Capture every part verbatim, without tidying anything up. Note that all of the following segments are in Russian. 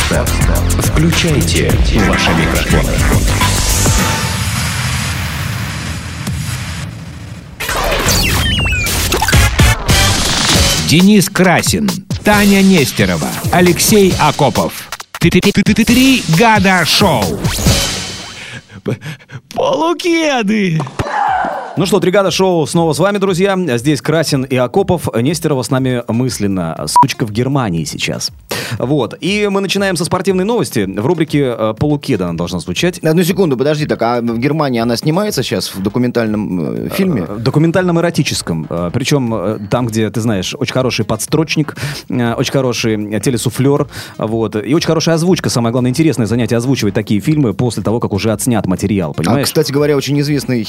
Подстер. Включайте ваши микрофоны. Денис Красин, Таня Нестерова, Алексей Акопов. Три года шоу. Полукеды. Ну что, три года шоу снова с вами, друзья. Здесь Красин и Акопов. Нестерова с нами мысленно. Сучка в Германии сейчас. Вот. И мы начинаем со спортивной новости. В рубрике «Полукеда» она должна звучать. Одну секунду, подожди. Так, а в Германии она снимается сейчас в документальном э, фильме? Документальном эротическом. Причем там, где, ты знаешь, очень хороший подстрочник, очень хороший телесуфлер, вот. И очень хорошая озвучка. Самое главное, интересное занятие озвучивать такие фильмы после того, как уже отснят материал, понимаешь? А, кстати говоря, очень известный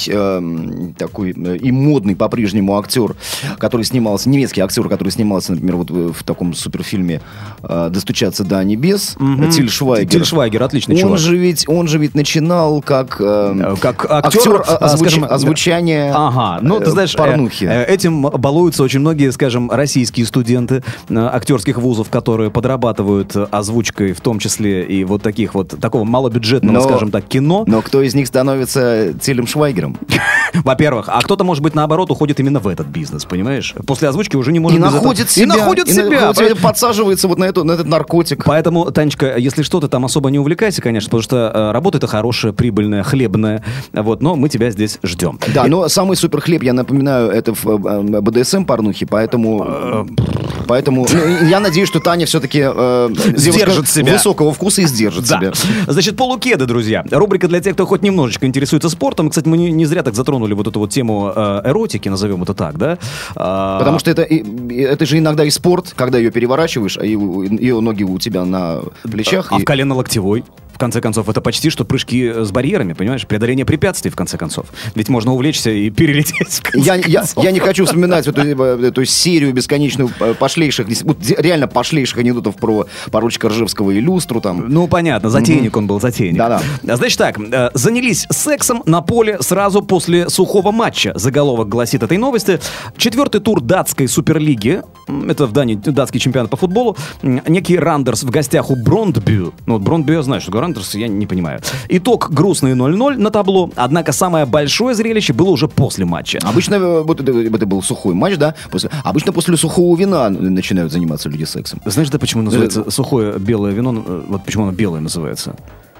э, такой э, и модный по-прежнему актер, который снимался, немецкий актер, который снимался, например, вот в, в таком суперфильме э, «Достучаться до небес», mm-hmm. Тиль Швайгер. Тиль Швайгер, отличный он чувак. Же ведь, он же ведь начинал как, э, как актер, актер озвуч... скажем, озвучания ага, ну, ты знаешь, порнухи. Этим балуются очень многие, скажем, российские студенты актерских вузов, которые подрабатывают озвучкой, в том числе и вот таких вот, такого малобюджетного, но, скажем так, кино. Но кто из них становится Тилем Швайгером? Во-первых, а кто-то, может быть, наоборот, уходит именно в этот бизнес, понимаешь? После озвучки уже не может и без находит этого... себя, и находит и себя. Находит, подсаживается вот на, эту, на этот наркотик. Поэтому, Танечка, если что, ты там особо не увлекайся, конечно, потому что э, работа-то хорошая, прибыльная, хлебная, вот, но мы тебя здесь ждем. Да, и... но самый супер хлеб, я напоминаю, это в э, бэ дэ эс эм порнухе, поэтому... Поэтому ну, я надеюсь, что Таня все-таки э, сдержит себя. Высокого вкуса и сдержит да. себя. Значит, полукеды, друзья. Рубрика для тех, кто хоть немножечко интересуется спортом. Кстати, мы не, не зря так затронули вот эту вот тему э, эротики, назовем это так, да? А... Потому что это, это же иногда и спорт, когда ее переворачиваешь, а ее, ее ноги у тебя на плечах. А и... в колено-локтевой? В конце концов, это почти что прыжки с барьерами, понимаешь? Преодоление препятствий, в конце концов. Ведь можно увлечься и перелететь. Я, я, я не хочу вспоминать эту, эту серию бесконечную пошлейших, вот, реально пошлейших анекдотов про поручика Ржевского и люстру там. Ну, понятно, затейник mm-hmm. он был, затейник. Да-да. Значит так, занялись сексом на поле сразу после сухого матча. Заголовок гласит этой новости. Четвертый тур датской суперлиги, это в Дании датский чемпионат по футболу, некий Рандерс в гостях у Брондбю. Ну, вот Брондбю я знаю, что такое Рандерс, я не понимаю. Итог грустный ноль-ноль на табло, однако самое большое зрелище было уже после матча. Обычно вот это, это был сухой матч, да? После, обычно после сухого вина начинают заниматься люди сексом. Знаешь, да, почему называется сухое белое вино? Вот почему оно белое называется?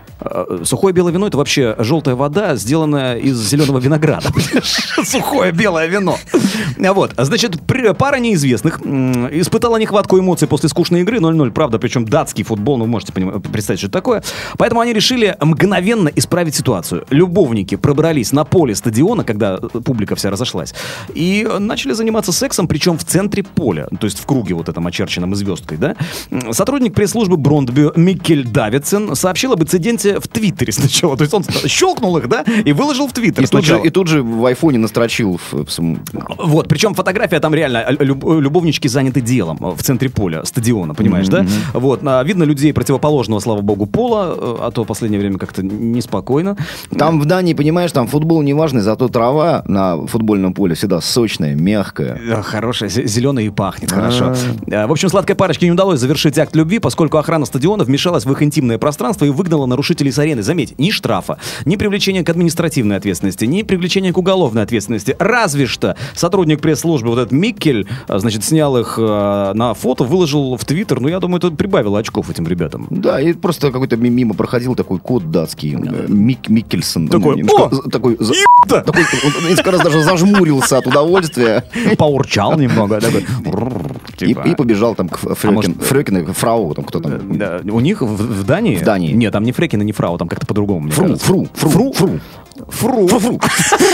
Сухое белое вино — это вообще желтая вода, сделанная из зеленого винограда. Сухое белое вино. Вот, значит, пара неизвестных испытала нехватку эмоций после скучной игры ноль-ноль, правда, причем датский футбол, ну, вы можете представить, что это такое. Поэтому они решили мгновенно исправить ситуацию. Любовники пробрались на поле стадиона, когда публика вся разошлась, и начали заниматься сексом, причем в центре поля, то есть в круге вот этом очерченном звездкой, да. Сотрудник пресс-службы Брондбю Миккель Давидсен сообщил об инциденте в Твиттере сначала. То есть он щелкнул их, да, и выложил в Твиттер. И тут же, и тут же в айфоне настрочил. В, в... Вот, причем фотография там реально, люб, любовнички заняты делом в центре поля, стадиона, понимаешь, mm-hmm. да? Вот, а, видно людей противоположного, слава богу, пола, а то в последнее время как-то неспокойно. Там в Дании, понимаешь, там футбол не важный, зато трава на футбольном поле всегда сочная, мягкая. Хорошая, зеленая и пахнет, хорошо. В общем, сладкой парочке не удалось завершить акт любви, поскольку охрана стадиона вмешалась в их интимное пространство и выгнала нарушителей с арены. Заметь, ни штрафа, ни привлечения к административной ответственности, ни привлечения к уголовной ответственности. Разве что сотрудник пресс-службы, вот этот Миккель, значит, снял их э, на фото, выложил в Твиттер. Ну, я думаю, это прибавило очков этим ребятам. Да, и просто какой-то мимо проходил такой кот датский, Мик, Миккельсон. Такой, немножко, о, такой, за, такой, он несколько раз даже зажмурился от удовольствия. Поурчал немного. Такой, и, и побежал там к Фрёкин, а может, Фрёкин, фрау, там кто там. Да, у них в, в Дании? В Дании. Нет, там не Фрёкин и не фрау, там как-то по-другому, мне фру, кажется. Фру, фру, фру, фру, фру, фру.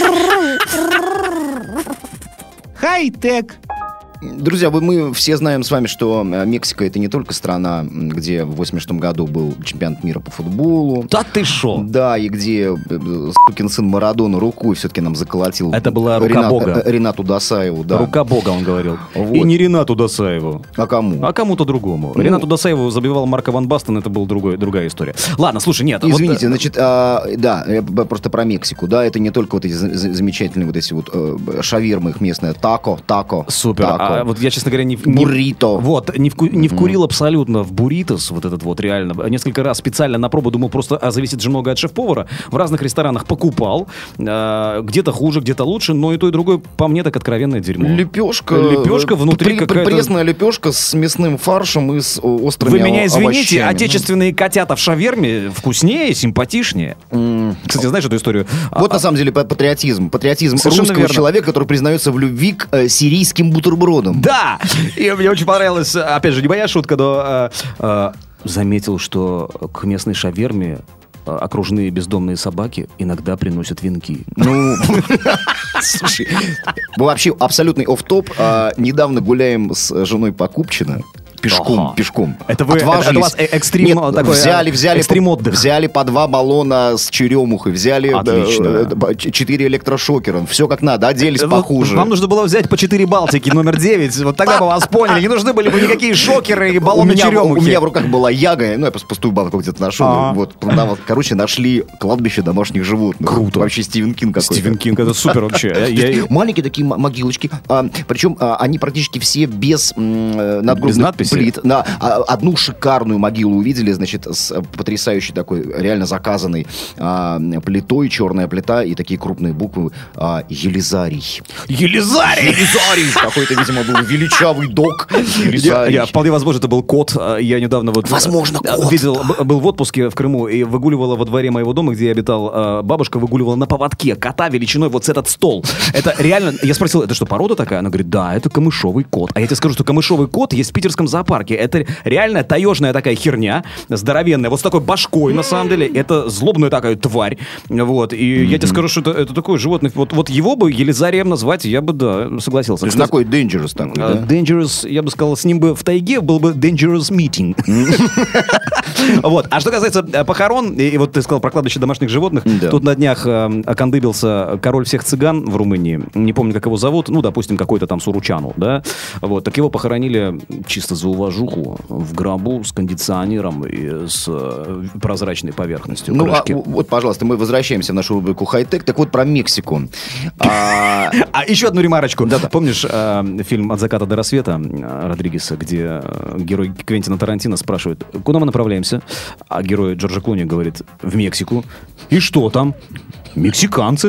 Хай-тек. Друзья, мы все знаем с вами, что Мексика — это не только страна, где в восемьдесят шестом году был чемпионат мира по футболу. Да ты шо? Да, и где сукин сын Марадона рукой все-таки нам заколотил. Это была рука Ренат, Бога. Ренату Досаеву, да. Рука Бога, он говорил. Вот. И не Ренату Досаеву. А кому? А кому-то другому. Ну, Ренату Досаеву забивал Марко ван Бастен, это была другой, другая история. Ладно, слушай, нет. Извините, вот... значит, а, да, я просто про Мексику, да, это не только вот эти замечательные вот эти вот э, шавермы их местные, тако, тако. Супер. Тако. А, вот я, честно говоря, не... не Буррито. Вот, не, вку, не вкурил mm-hmm. абсолютно в бурритос, вот этот вот реально. Несколько раз специально на пробу думал, просто а, зависит же много от шеф-повара. В разных ресторанах покупал. А, где-то хуже, где-то лучше, но и то, и другое, по мне, так откровенное дерьмо. Лепешка. Лепешка внутри при, какая-то... Пресная лепешка с мясным фаршем и с острыми овощами. Вы меня извините, овощами. отечественные котята в шаверме вкуснее, симпатичнее. Mm. Кстати, знаешь эту историю? Вот а, на самом деле патриотизм. Патриотизм Совершенно русского верно. человека, который признается в любви к э, сирийским бутербродам. Да! И мне очень понравилось, опять же, не моя шутка, но э, э, заметил, что к местной шаверме э, окружные бездомные собаки иногда приносят венки. Ну, слушай, вообще абсолютный офф-топ. Недавно гуляем с женой по Купчино. Пешком, Ага. пешком. Это вы, это, это у вас экстрим, Нет, такой, взяли, взяли, экстрим по, отдых. взяли по два баллона с черемухой, взяли Отлично. э, э, четыре электрошокера, все как надо, оделись похуже. Вам нужно было взять по четыре Балтики, номер девять, вот тогда бы вас поняли. Не нужны были бы никакие шокеры и у баллоны меня, черемухи. у меня в руках была яга, ну я просто пустую банку где-то нашел, А. вот, продавал. Короче, нашли кладбище домашних животных. Круто. Вообще Стивен Кинг какой-то. Стивен Кинг, это супер вообще. Я- То есть я- маленькие такие м- могилочки, а, причем а, они практически все без м, э, надгробных Без надписи? плит. На, а, одну шикарную могилу увидели, значит, с э, потрясающей такой, реально заказанной а, плитой, черная плита и такие крупные буквы а, Елизарий. Елизарий! Елизарий! Какой-то, видимо, был величавый док. Я, Елизарий. я- вполне возможно, это был кот. А, Я недавно вот... Возможно, а, кот. Видел, б- был в отпуске в Крыму и выгуливала во дворе моего дома, где я обитал, а, бабушка выгуливала на поводке кота величиной вот с этот стол. Это реально... Я спросил, это что, порода такая? Она говорит, да, это камышовый кот. А я тебе скажу, что камышовый кот есть в питерском зоопарке. Это реально таежная такая херня, здоровенная, вот с такой башкой, на самом деле. Это злобная такая тварь. Вот. И mm-hmm. я тебе скажу, что это, это такое животное. Вот, вот его бы Елизарием назвать, я бы, да, согласился. То есть Кстати, такой dangerous такой, а, да? Dangerous, я бы сказал, с ним бы в тайге был бы dangerous meeting. Вот. А что касается э, похорон, и и вот ты сказал про кладбище домашних животных, Да. тут на днях э, окандыбился король всех цыган в Румынии, не помню, как его зовут, ну, допустим, какой-то там Суручану, да, вот, так его похоронили чисто за уважуху в гробу с кондиционером и с э, прозрачной поверхностью Ну, а, крышки. вот, пожалуйста, мы возвращаемся в нашу рубрику «Хай-тек». Так вот, про Мексику. А, А еще одну ремарочку. Помнишь э, фильм «От заката до рассвета» э, Родригеса, где э, герой Квентина Тарантино спрашивает, куда мы направляемся? А герой Джорджа Клуни говорит, в Мексику. И что там? Мексиканцы.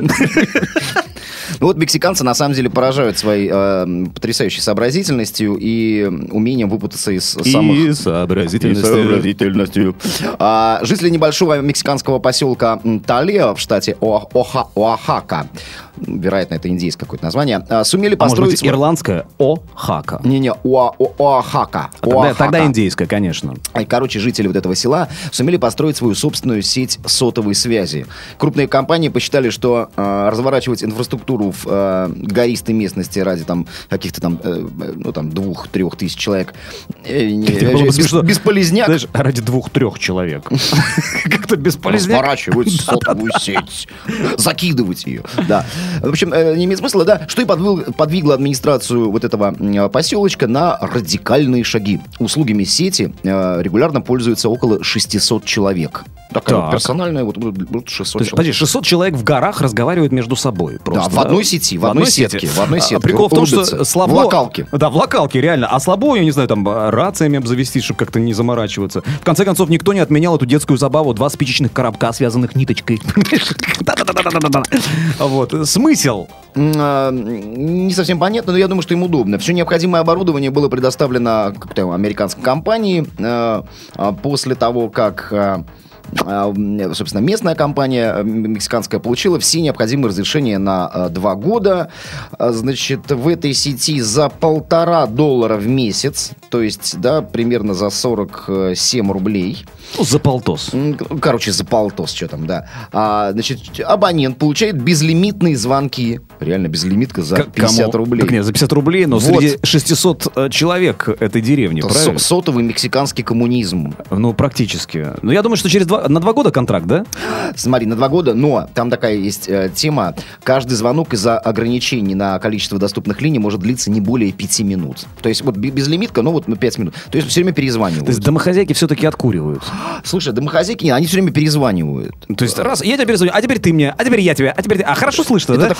Ну вот мексиканцы на самом деле поражают своей э, потрясающей сообразительностью и умением выпутаться из самых... И сообразительностью. сообразительностью. А, жители небольшого мексиканского поселка Талео в штате Оа- Оха- Оахака, вероятно, это индейское какое-то название, а, сумели А может построить... быть, ирландская Оахака. Не-не, Оа- О- Оахака. Тогда, Оахака. тогда индейская, конечно. И, короче, жители вот этого села сумели построить свою собственную сеть сотовой связи. Крупные компании посчитали, что э, разворачивать инфраструктуру в э, гористой местности ради там каких-то там, э, ну, там, двух-трех тысяч человек э, не, Это было бы бес- смешно. бесполезняк. Знаешь, ради двух-трех человек. Как-то бесполезняк. Разворачивать сотовую сеть, закидывать ее. Да. В общем, э, не имеет смысла, да, что и подвиг- подвигло администрацию вот этого э, поселочка на радикальные шаги. Услугами сети э, регулярно пользуются около шестисот человек. Такая вот Так. персональная, вот, вот, вот шестьсот То есть, человек. подожди, шестьсот человек в горах разговаривают между собой. Просто, Да, в одной сети, в одной сетке, в одной А, сетке. Прикол в том, что Рубятся. слабо... В локалке. Да, в локалке, реально. А слабо, я не знаю, там, рациями обзавестись, чтобы как-то не заморачиваться. В конце концов, никто не отменял эту детскую забаву. Два спичечных коробка, связанных ниточкой. Да-да-да-да-да-да. Вот. Смысл? М, а, Не совсем понятно, но я думаю, что им удобно. Все необходимое оборудование было предоставлено как-то американской компании э, а, после того, как... э, а, м, собственно, местная компания э, мексиканская получила все необходимые разрешения на э, два года. А, Значит, в этой сети за полтора доллара в месяц, то есть, да, примерно за сорок семь рублей. Ну, за полтос. М, Короче, за полтос, что там, да. А, значит, абонент получает безлимитные звонки. Реально, безлимитка за К- пятьдесят кому? рублей. Так нет, за пятьдесят рублей, но Вот. среди шестисот э, человек этой деревни, Это правильно? со- сотовый мексиканский коммунизм. Ну, практически. Ну, я думаю, что через два, на два года контракт, да? Смотри, на два года, но там такая есть э, тема. Каждый звонок из-за ограничений на количество доступных линий может длиться не более пяти минут. То есть вот бе- безлимитка, ну вот на пять минут. То есть все время перезванивают. То есть домохозяйки все-таки откуривают. Слушай, домохозяйки, нет, они все время перезванивают. То есть раз, я тебе перезвоню, а теперь ты мне, а теперь я тебе, а теперь ты. А хорошо слышно, Это да? такая А игра, то- а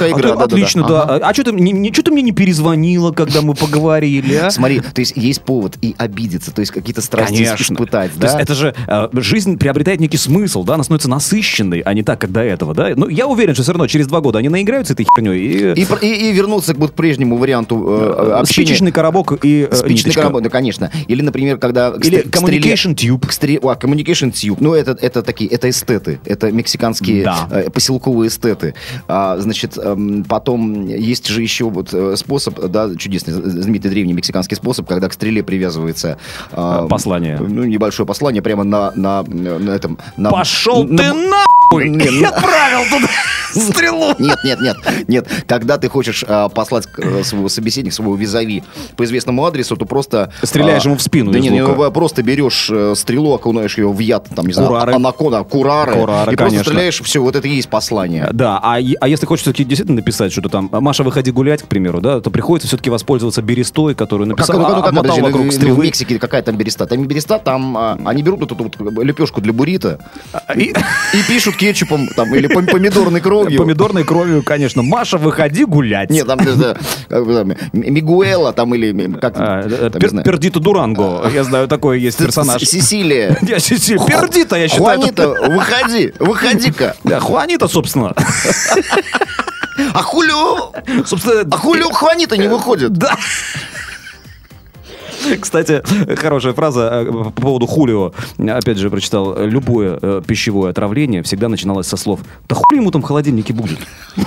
отлично, да. да. Ага. А что ты, не, что ты мне не перезвонила, когда мы поговорили, а? Смотри, то есть есть повод и обидеться, то есть какие-то страсти Конечно. испытать, то да? есть это же э, жизнь приобретает некий смысл, да, она становится насыщенной, а не так, как до этого, да? Ну, я уверен, что все равно через два года они наиграются этой херней и... И, и, и вернуться к, вот, к прежнему варианту э, общения. Спичечный коробок и э, Спичечный коробок, да, конечно. Или, например, когда... Или communication tube. Стре... А, communication tube. Ну, это, это такие, это эстеты, это мексиканские да. э, поселковые эстеты. А, значит, э, потом есть же еще вот способ, да, чудесный, знаменитый древний мексиканский способ, когда к стреле привязывается... Э, послание. Ну, небольшое послание прямо на, на, на этом... На, Пошел на, ты на... нахуй! Нет, я отправил туда стрелу! Нет, нет, нет, нет. Когда ты хочешь а, послать своего собеседника, своего визави по известному адресу, то просто... Стреляешь а, ему в спину да из нет, лука. просто берешь а, стрелу, окунаешь ее в яд, там, не курары. знаю, анаконда, курары, курары, и конечно. просто стреляешь, все, вот это и есть послание. Да, а, а если хочешь все-таки действительно написать что-то там, Маша, выходи гулять, к примеру, да, то приходится все-таки воспользоваться берестой, которую написал, как, ну, а, обмотал подожди, вокруг стрелы. В Мексике какая там береста? Там не береста, там а, они берут эту вот лепешку для буррито и, и пишут кетчупом там, или помидорной кровью. Помидорной кровью, конечно. Маша, выходи гулять. Нет, там, да, там Мигуэла там или как а, там, пер, Пердито Дуранго. Я знаю, такой есть персонаж. Сесилия. Пердито, я считаю. Хуанита, выходи, выходи-ка. Да, Хуанита, собственно. А Хулио, собственно, а Хулио Хуанита не выходит. Да. Кстати, хорошая фраза по поводу Хулио. Опять же, прочитал. Любое э, пищевое отравление всегда начиналось со слов: да хули ему там в холодильнике будет?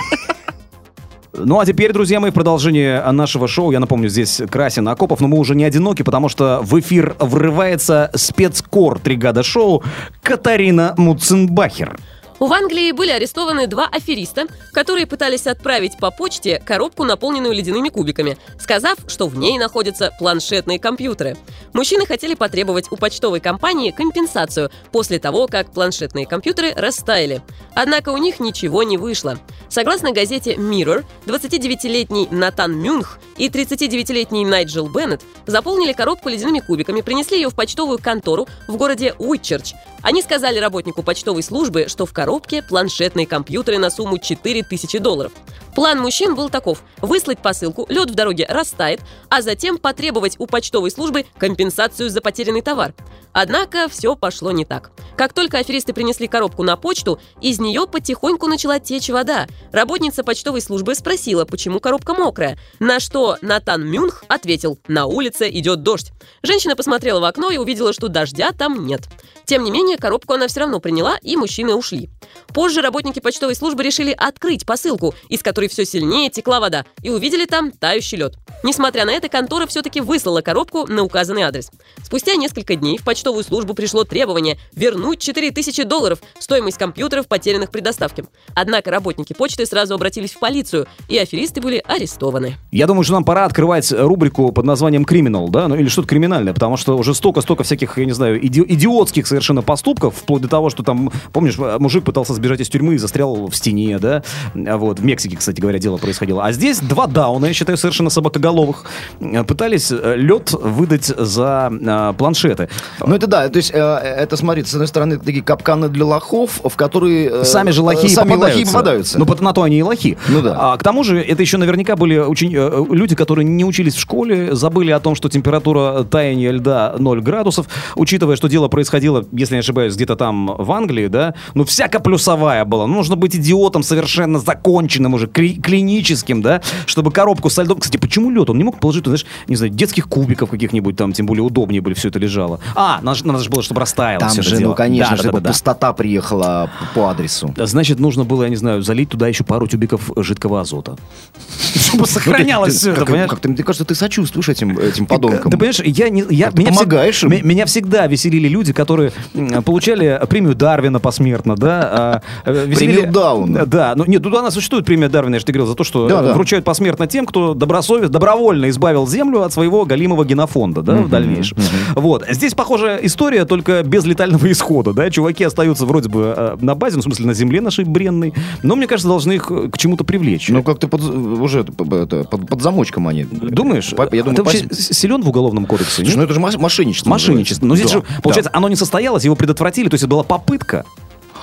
Ну, а теперь, друзья мои, в продолжение нашего шоу, я напомню, здесь Красин, Акопов, но мы уже не одиноки, потому что в эфир врывается спецкор «Тригада шоу» Катарина Муценбахер. В Англии были арестованы два афериста, которые пытались отправить по почте коробку, наполненную ледяными кубиками, сказав, что в ней находятся планшетные компьютеры. Мужчины хотели потребовать у почтовой компании компенсацию после того, как планшетные компьютеры растаяли. Однако у них ничего не вышло. Согласно газете Mirror, двадцатидевятилетний Натан Мюнх и тридцатидевятилетний Найджел Беннет заполнили коробку ледяными кубиками, принесли ее в почтовую контору в городе Уитчерч. Они сказали работнику почтовой службы, что в коробке планшетные компьютеры на сумму четыре тысячи долларов. План мужчин был таков: выслать посылку, лед в дороге растает, а затем потребовать у почтовой службы компенсацию за потерянный товар. Однако все пошло не так. Как только аферисты принесли коробку на почту, из нее потихоньку начала течь вода. Работница почтовой службы спросила, почему коробка мокрая, на что Натан Мюнх ответил: на улице идет дождь. Женщина посмотрела в окно и увидела, что дождя там нет. Тем не менее, коробку она все равно приняла, и мужчины ушли. Позже работники почтовой службы решили открыть посылку, из которой все сильнее текла вода, и увидели там тающий лед. Несмотря на это, контора все-таки выслала коробку на указанный адрес. Спустя несколько дней в почтовую службу пришло требование вернуть четыре тысячи долларов, стоимость компьютеров, потерянных при доставке. Однако работники почты сразу обратились в полицию, и аферисты были арестованы. Я думаю, что нам пора открывать рубрику под названием «Криминал», да, ну или что-то криминальное, потому что уже столько-столько всяких, я не знаю, иди- идиотских совершенно поступков, вплоть до того, что там, помнишь, мужик пытался сбежать из тюрьмы и застрял в стене, да, вот, в Мексике, кстати говоря, дело происходило. А здесь два дауна, я считаю, совершенно собакоголовых, пытались лед выдать за а, планшеты. Ну это да, то есть э, это, смотри, с одной стороны, такие капканы для лохов, в которые... Э, сами же лохи, сами попадаются. лохи попадаются. Ну, на то они и лохи. Ну да. А к тому же, это еще наверняка были очень, э, люди, которые не учились в школе, забыли о том, что температура таяния льда ноль градусов, учитывая, что дело происходило, если не ошибаюсь, где-то там в Англии, да, ну, всяко плюсовая была. Ну, нужно быть идиотом совершенно законченным уже, кли- клиническим, да, чтобы коробку со льдом... Кстати, почему лед? Он не мог положить, знаешь, не знаю, детских кубиков каких-нибудь там, тем более удобнее были, все это лежало. А, надо, надо же было, чтобы растаяло там все же, это дело. Ну, конечно, да, чтобы да, да, пустота да. приехала по адресу. Значит, нужно было, я не знаю, залить туда еще пару тюбиков жидкого азота. Чтобы сохранялось все это, понимаешь? Как-то, мне кажется, ты сочувствуешь этим, этим подонкам. Ты понимаешь, я не... Я, меня помогаешь им? Меня всегда веселили люди, которые получали премию Дарвина посмертно, да. Премию Дауна. Да, ну нет, туда она существует, премия Дарвина, я же тебе говорил, за то, что да, вручают да. посмертно тем, кто добросовестно, добровольно избавил Землю от своего голимого генофонда, да, mm-hmm, в дальнейшем. Mm-hmm. Вот. Здесь похожая история, только без летального исхода, да. Чуваки остаются вроде бы э, на базе, ну, в смысле, на земле нашей бренной, но, мне кажется, должны их к чему-то привлечь. Ну, как-то под, уже это, под, под замочком они. Думаешь? По, я думаю, ты вообще по... силен в уголовном кодексе? Слушай, ну это же мошенничество. Мошенничество. Но здесь да, же, получается, да. оно не состоялось, его предотвратили, то есть это была попытка.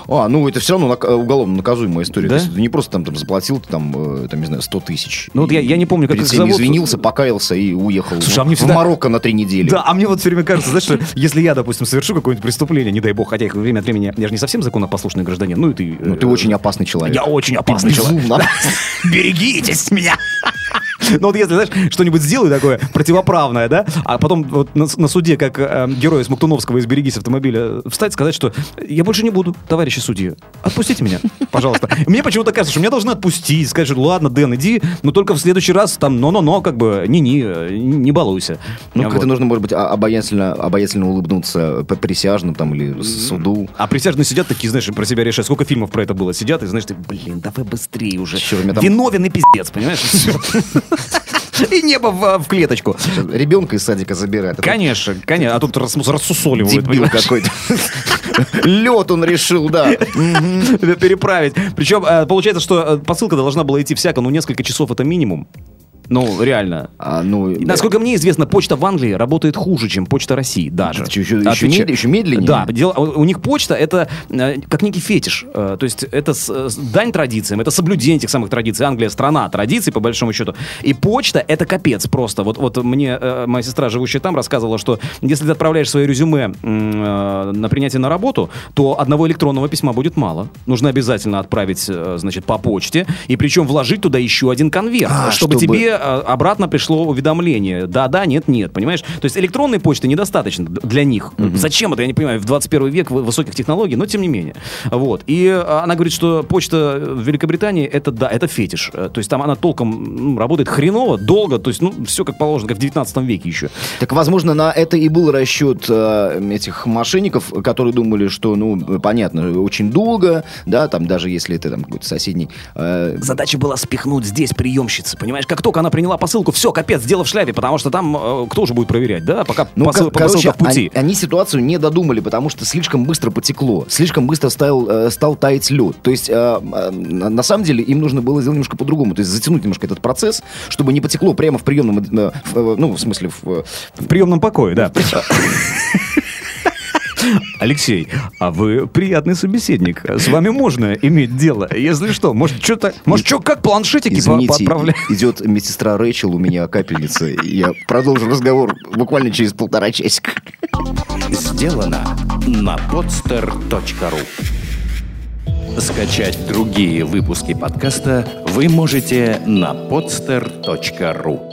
А, ну это все равно нак- уголовно наказуемая история. Да? То есть ты не просто там, там заплатил, там, э, там, не знаю, сто тысяч. Ну вот я, я не помню, как Перед их всеми зовут. извинился, покаялся и уехал Слушай, а в, мне в всегда- Марокко на три недели. Да, а мне вот все время кажется, знаешь, что если я, допустим, совершу какое-нибудь преступление, не дай бог, хотя их время от времени, я же не совсем законопослушный гражданин, ну и ты... Ну, ты очень опасный человек. Я очень опасный человек. Безумно. Берегитесь меня! Ну вот если, знаешь, что-нибудь сделаю такое противоправное, да, а потом вот на, на суде, как э, герой из Муктуновского из «Берегись автомобиля», встать и сказать, что я больше не буду, товарищи судьи, отпустите меня, пожалуйста. Мне почему-то кажется, что меня должны отпустить, сказать, что ладно, Дэн, иди, но только в следующий раз там, но-но-но, как бы, ни-ни, не балуйся. Ну, Вот. как-то нужно, может быть, а- обаятельно, обаятельно улыбнуться по присяжным там или с- суду. А присяжные сидят такие, знаешь, про себя решают. Сколько фильмов про это было? Сидят и, знаешь, ты, блин, давай быстрее уже. Чё, у меня там- Виновен и пиздец, понимаешь? И всё. И небо в, в клеточку. Ребенка из садика забирают. Конечно, конечно. А тут рас, рассусоливают. Дебил понимаешь? какой-то. Лед он решил, да. Переправить. Причем э, получается, что э, посылка должна была идти всяко, ну, несколько часов это минимум. Ну, реально. А, ну, И, насколько мне известно, почта в Англии работает хуже, чем почта России даже. Это еще- еще Отвеча- мед- еще медленнее? Да, дело- у, у них почта это э, как некий фетиш. Э, то есть это с- с- дань традициям, это соблюдение этих самых традиций. Англия страна традиций, по большому счету. И почта это капец просто. Вот, вот мне э, моя сестра, живущая там, рассказывала, что если ты отправляешь свое резюме м, э, на принятие на работу, то одного электронного письма будет мало. Нужно обязательно отправить, э, значит, по почте. И причем вложить туда еще один конверт, А, чтобы, чтобы- тебе э, обратно пришло уведомление. Да-да, нет-нет, понимаешь? То есть электронной почты недостаточно д- для них. Зачем это, я не понимаю, в двадцать первый век в- высоких технологий, но тем не менее. Вот. И э, она говорит, что почта в Великобритании, это да, это фетиш. Э, То есть там она толком ну, работает хреново, долго, то есть, ну, все как положено, как в девятнадцатом веке еще. Так, возможно, на это и был расчет э, этих мошенников, которые думали, что, ну, понятно, очень долго, да, там, даже если это там какой-то соседний... э, Задача была спихнуть здесь приемщицы, понимаешь? Как только она приняла посылку, все, капец, дело в шляпе, потому что там э, кто же будет проверять, да? Пока Ну, посыл- кор- короче, посылка в пути. Они, они ситуацию не додумали, потому что слишком быстро потекло, слишком быстро стал, э, стал таять лед. То есть, э, э, на на самом деле, им нужно было сделать немножко по-другому, то есть затянуть немножко этот процесс, чтобы не потекло прямо в приемном, э, в, э, ну, в смысле, в, В приемном покое, да. Алексей, а вы приятный собеседник. С вами можно иметь дело. Если что, может, что-то, может, что, как планшетики по- Извините, поотправлять? идет медсестра Рэйчел, у меня капельница. Я продолжу разговор буквально через полтора часика. Сделано на podster точка ру. Скачать другие выпуски подкаста вы можете на podster точка ру.